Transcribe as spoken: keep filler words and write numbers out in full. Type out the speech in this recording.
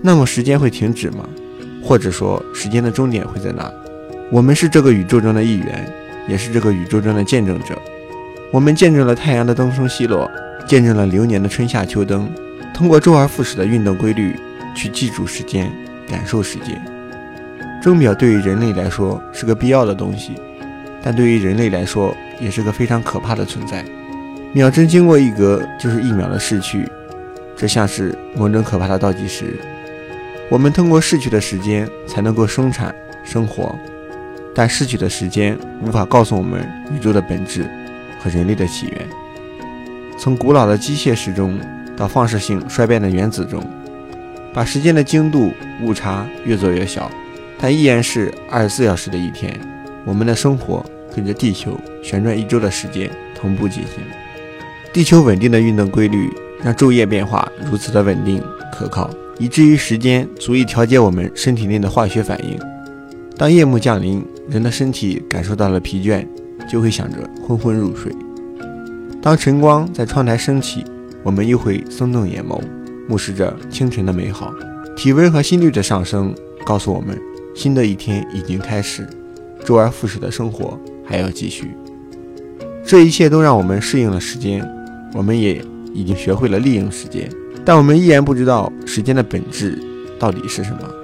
那么时间会停止吗？或者说时间的终点会在哪？我们是这个宇宙中的一员，也是这个宇宙中的见证者。我们见证了太阳的东升西落，见证了流年的春夏秋冬，通过周而复始的运动规律去记住时间，感受时间。钟表对于人类来说是个必要的东西，但对于人类来说也是个非常可怕的存在。秒针经过一格就是一秒的逝去，这像是某种可怕的倒计时。我们通过逝去的时间才能够生产生活，但逝去的时间无法告诉我们宇宙的本质和人类的起源。从古老的机械时钟到放射性衰变的原子钟，把时间的精度误差越做越小，但依然是二十四小时的一天。我们的生活跟着地球旋转一周的时间同步进行。地球稳定的运动规律让昼夜变化如此的稳定可靠，以至于时间足以调节我们身体内的化学反应。当夜幕降临，人的身体感受到了疲倦，就会想着昏昏入睡。当晨光在窗台升起，我们又会松动眼眸，目视着清晨的美好。体温和心率的上升告诉我们，新的一天已经开始，周而复始的生活还要继续。这一切都让我们适应了时间，我们也已经学会了利用时间，但我们依然不知道时间的本质到底是什么。